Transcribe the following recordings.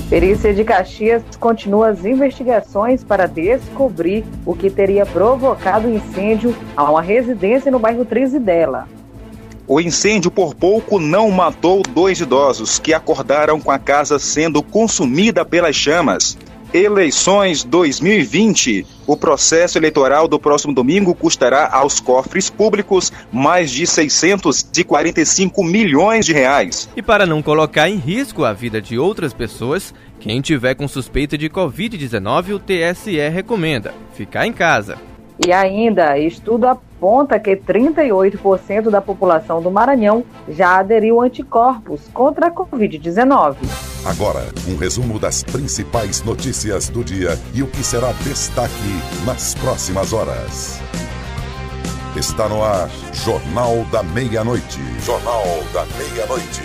Perícia de Caxias continua as investigações para descobrir o que teria provocado o incêndio a uma residência no bairro Trizidela. O incêndio por pouco não matou 2 idosos que acordaram com a casa sendo consumida pelas chamas. Eleições 2020. O processo eleitoral do próximo domingo custará aos cofres públicos mais de 645 milhões de reais. E para não colocar em risco a vida de outras pessoas, quem tiver com suspeita de Covid-19, o TSE recomenda ficar em casa. E ainda, estudo aponta que 38% da população do Maranhão já aderiu anticorpos contra a Covid-19. Agora, um resumo das principais notícias do dia e o que será destaque nas próximas horas. Está no ar, Jornal da Meia-Noite. Jornal da Meia-Noite.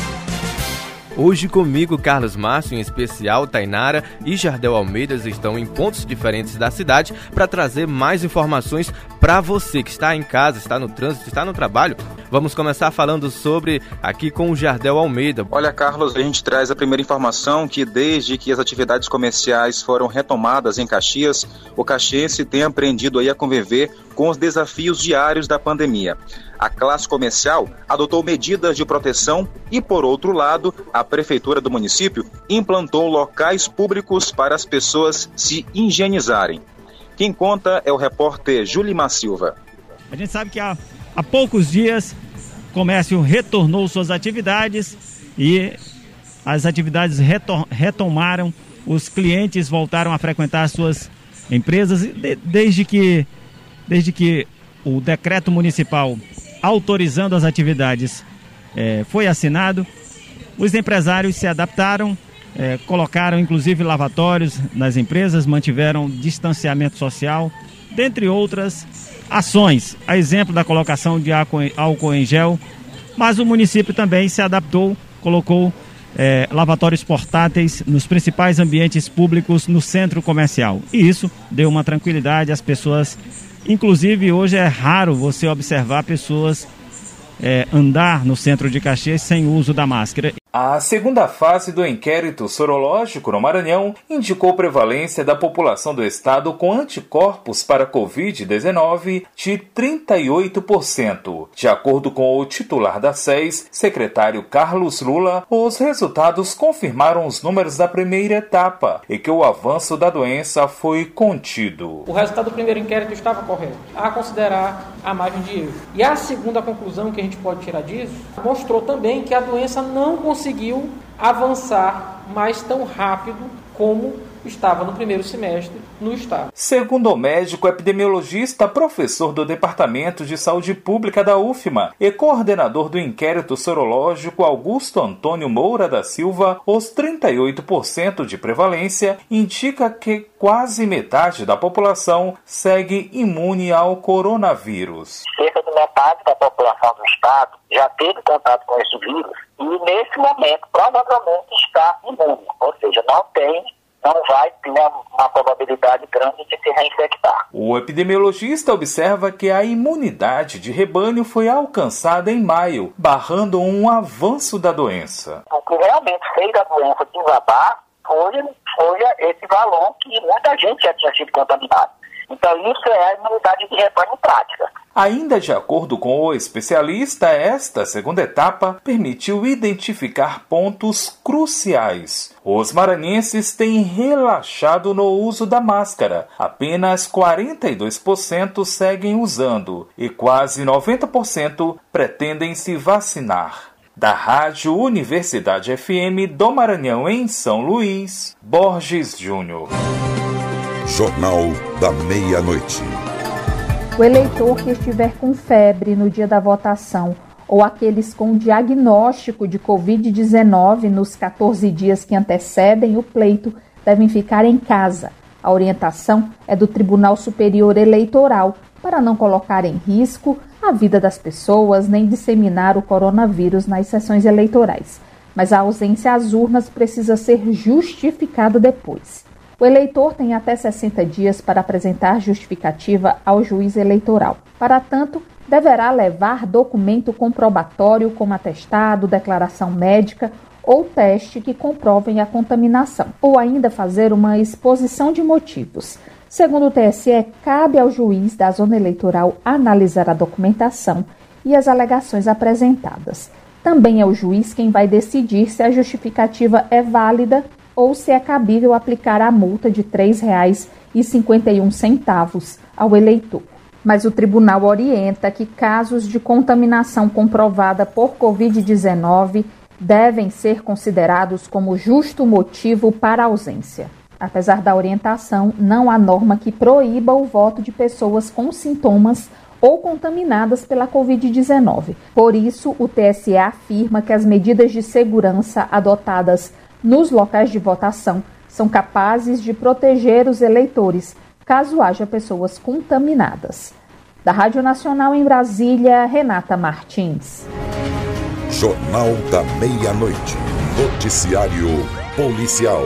Hoje comigo, Carlos Márcio, em especial Tainara e Jardel Almeida estão em pontos diferentes da cidade para trazer mais informações para você que está em casa, está no trânsito, está no trabalho. Vamos começar falando sobre aqui com o Jardel Almeida. Olha, Carlos, a gente traz a primeira informação que desde que as atividades comerciais foram retomadas em Caxias, o caxiense tem aprendido aí a conviver com os desafios diários da pandemia. A classe comercial adotou medidas de proteção e, por outro lado, a prefeitura do município implantou locais públicos para as pessoas se higienizarem. Quem conta é o repórter Julimar Silva. A gente sabe que há poucos dias o comércio retornou suas atividades e as atividades retomaram, os clientes voltaram a frequentar suas empresas desde que o decreto municipal autorizando as atividades foi assinado. Os empresários se adaptaram, colocaram inclusive lavatórios nas empresas, mantiveram distanciamento social, dentre outras ações, a exemplo da colocação de álcool em gel, mas o município também se adaptou, colocou lavatórios portáteis nos principais ambientes públicos no centro comercial. E isso deu uma tranquilidade às pessoas. Inclusive, hoje é raro você observar pessoas andar no centro de Caxias sem o uso da máscara. A segunda fase do inquérito sorológico no Maranhão indicou prevalência da população do estado com anticorpos para Covid-19 de 38%. De acordo com o titular da SES, secretário Carlos Lula, os resultados confirmaram os números da primeira etapa e que o avanço da doença foi contido. O resultado do primeiro inquérito estava correto, a considerar a margem de erro. E a segunda conclusão que a gente pode tirar disso mostrou também que a doença não conseguiu avançar mais tão rápido como estava no primeiro semestre no estado. Segundo o médico epidemiologista, professor do Departamento de Saúde Pública da UFMA e coordenador do inquérito sorológico Augusto Antônio Moura da Silva, os 38% de prevalência indica que quase metade da população segue imune ao coronavírus. Cerca de metade da população do estado já teve contato com esse vírus e nesse momento provavelmente está imune, ou seja, não vai ter uma probabilidade grande de se reinfectar. O epidemiologista observa que a imunidade de rebanho foi alcançada em maio, barrando um avanço da doença. O que realmente fez a doença desabar foi esse valor que muita gente já tinha sido contaminada. Então isso é a imunidade de rebanho em prática. Ainda de acordo com o especialista, esta segunda etapa permitiu identificar pontos cruciais. Os maranhenses têm relaxado no uso da máscara. Apenas 42% seguem usando e quase 90% pretendem se vacinar. Da Rádio Universidade FM do Maranhão em São Luís, Borges Júnior. Jornal da Meia-Noite. O eleitor que estiver com febre no dia da votação ou aqueles com diagnóstico de Covid-19 nos 14 dias que antecedem o pleito devem ficar em casa. A orientação é do Tribunal Superior Eleitoral para não colocar em risco a vida das pessoas nem disseminar o coronavírus nas sessões eleitorais. Mas a ausência às urnas precisa ser justificada depois. O eleitor tem até 60 dias para apresentar justificativa ao juiz eleitoral. Para tanto, deverá levar documento comprobatório como atestado, declaração médica ou teste que comprovem a contaminação, ou ainda fazer uma exposição de motivos. Segundo o TSE, cabe ao juiz da zona eleitoral analisar a documentação e as alegações apresentadas. Também é o juiz quem vai decidir se a justificativa é válida ou se é cabível aplicar a multa de R$ 3,51 ao eleitor. Mas o tribunal orienta que casos de contaminação comprovada por Covid-19 devem ser considerados como justo motivo para a ausência. Apesar da orientação, não há norma que proíba o voto de pessoas com sintomas ou contaminadas pela Covid-19. Por isso, o TSE afirma que as medidas de segurança adotadas nos locais de votação são capazes de proteger os eleitores, caso haja pessoas contaminadas. Da Rádio Nacional em Brasília, Renata Martins. Jornal da Meia-Noite. Noticiário Policial.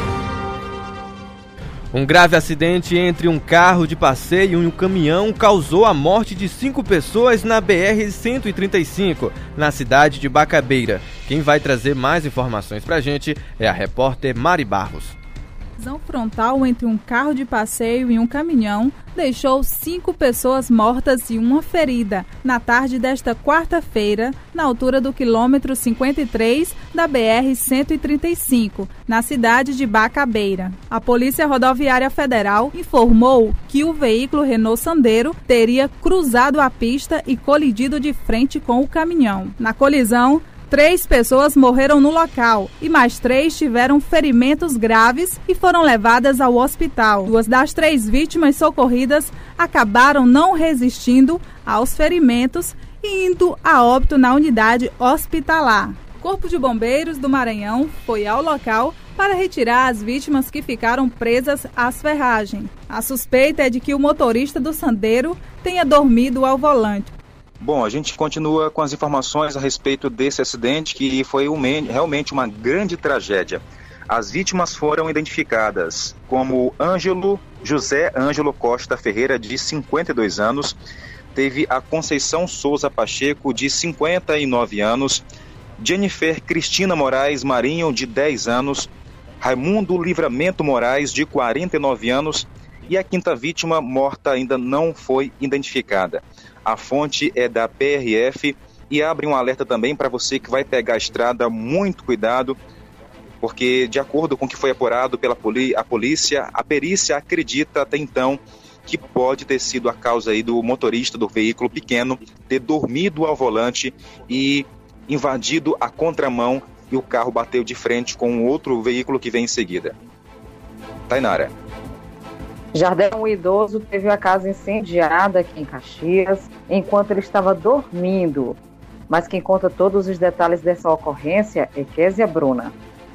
Um grave acidente entre um carro de passeio e um caminhão causou a morte de 5 pessoas na BR-135, na cidade de Bacabeira. Quem vai trazer mais informações pra gente é a repórter Mari Barros. A colisão frontal entre um carro de passeio e um caminhão deixou 5 pessoas mortas e uma ferida na tarde desta quarta-feira, na altura do quilômetro 53 da BR-135, na cidade de Bacabeira. A Polícia Rodoviária Federal informou que o veículo Renault Sandero teria cruzado a pista e colidido de frente com o caminhão. Na colisão, 3 pessoas morreram no local e mais 3 tiveram ferimentos graves e foram levadas ao hospital. 2 das 3 vítimas socorridas acabaram não resistindo aos ferimentos e indo a óbito na unidade hospitalar. O Corpo de Bombeiros do Maranhão foi ao local para retirar as vítimas que ficaram presas às ferragens. A suspeita é de que o motorista do Sandero tenha dormido ao volante. Bom, a gente continua com as informações a respeito desse acidente que foi realmente uma grande tragédia. As vítimas foram identificadas como José Ângelo Costa Ferreira, de 52 anos, teve a Conceição Souza Pacheco, de 59 anos, Jennifer Cristina Moraes Marinho, de 10 anos, Raimundo Livramento Moraes, de 49 anos, e a quinta vítima morta ainda não foi identificada. A fonte é da PRF e abre um alerta também para você que vai pegar a estrada, muito cuidado, porque de acordo com o que foi apurado pela polícia, a perícia acredita até então que pode ter sido a causa aí do motorista do veículo pequeno ter dormido ao volante e invadido a contramão e o carro bateu de frente com outro veículo que vem em seguida. Tainara. Jardel, um idoso, teve a casa incendiada aqui em Caxias enquanto ele estava dormindo. Mas quem conta todos os detalhes dessa ocorrência é Kézia Bruna.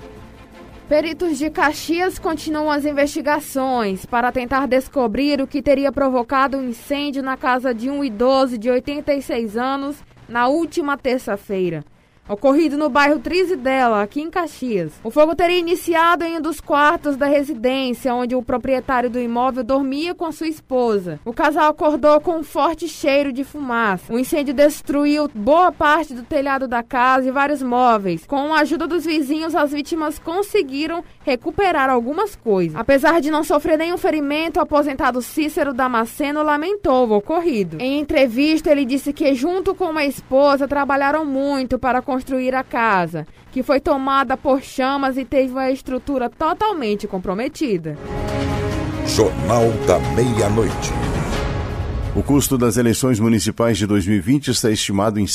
Peritos de Caxias continuam as investigações para tentar descobrir o que teria provocado um incêndio na casa de um idoso de 86 anos na última terça-feira, ocorrido no bairro Trizidela, aqui em Caxias. O fogo teria iniciado em um dos quartos da residência, onde o proprietário do imóvel dormia com a sua esposa. O casal acordou com um forte cheiro de fumaça. O incêndio destruiu boa parte do telhado da casa e vários móveis. Com a ajuda dos vizinhos, as vítimas conseguiram recuperar algumas coisas. Apesar de não sofrer nenhum ferimento, o aposentado Cícero Damasceno lamentou o ocorrido. Em entrevista, ele disse que junto com a esposa trabalharam muito para construir a casa, que foi tomada por chamas e teve a estrutura totalmente comprometida. Jornal da Meia-Noite. O custo das eleições municipais de 2020 está estimado em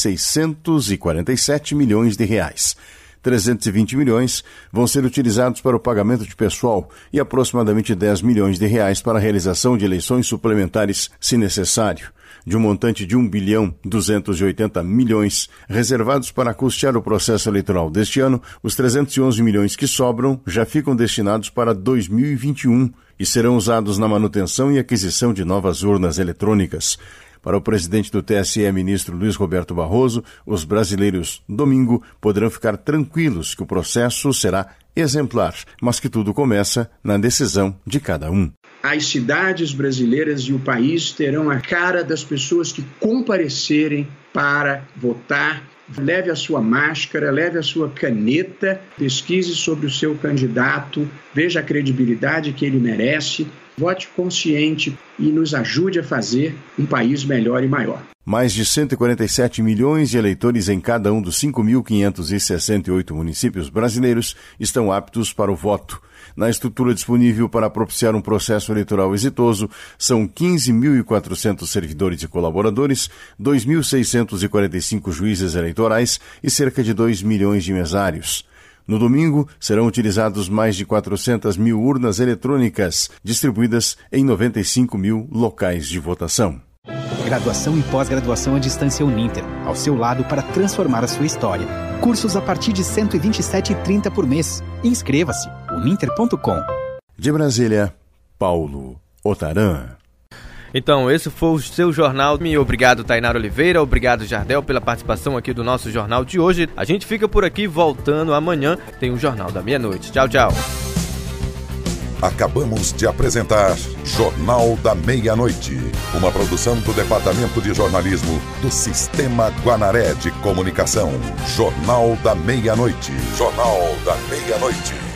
647 milhões de reais. 320 milhões vão ser utilizados para o pagamento de pessoal e aproximadamente 10 milhões de reais para a realização de eleições suplementares, se necessário. De um montante de 1.280 bilhões reservados para custear o processo eleitoral deste ano, os 311 milhões que sobram já ficam destinados para 2021 e serão usados na manutenção e aquisição de novas urnas eletrônicas. Para o presidente do TSE, ministro Luiz Roberto Barroso, os brasileiros, domingo, poderão ficar tranquilos que o processo será exemplar, mas que tudo começa na decisão de cada um. As cidades brasileiras e o país terão a cara das pessoas que comparecerem para votar leve a sua máscara, leve a sua caneta, pesquise sobre o seu candidato, veja a credibilidade que ele merece, vote consciente e nos ajude a fazer um país melhor e maior. Mais de 147 milhões de eleitores em cada um dos 5.568 municípios brasileiros estão aptos para o voto. Na estrutura disponível para propiciar um processo eleitoral exitoso, são 15.400 servidores e colaboradores, 2.645 juízes eleitorais e cerca de 2 milhões de mesários. No domingo, serão utilizados mais de 400 mil urnas eletrônicas, distribuídas em 95 mil locais de votação. Graduação e pós-graduação à distância Uninter, ao seu lado para transformar a sua história. Cursos a partir de R$ 127,30 por mês. Inscreva-se, uninter.com. De Brasília, Paulo Otaran. Então, esse foi o seu jornal. Obrigado, Tainara Oliveira. Obrigado, Jardel, pela participação aqui do nosso jornal de hoje. A gente fica por aqui, voltando amanhã. Tem o Jornal da Meia-Noite. Tchau, tchau. Acabamos de apresentar Jornal da Meia-Noite, uma produção do Departamento de Jornalismo do Sistema Guanaré de Comunicação. Jornal da Meia-Noite. Jornal da Meia-Noite.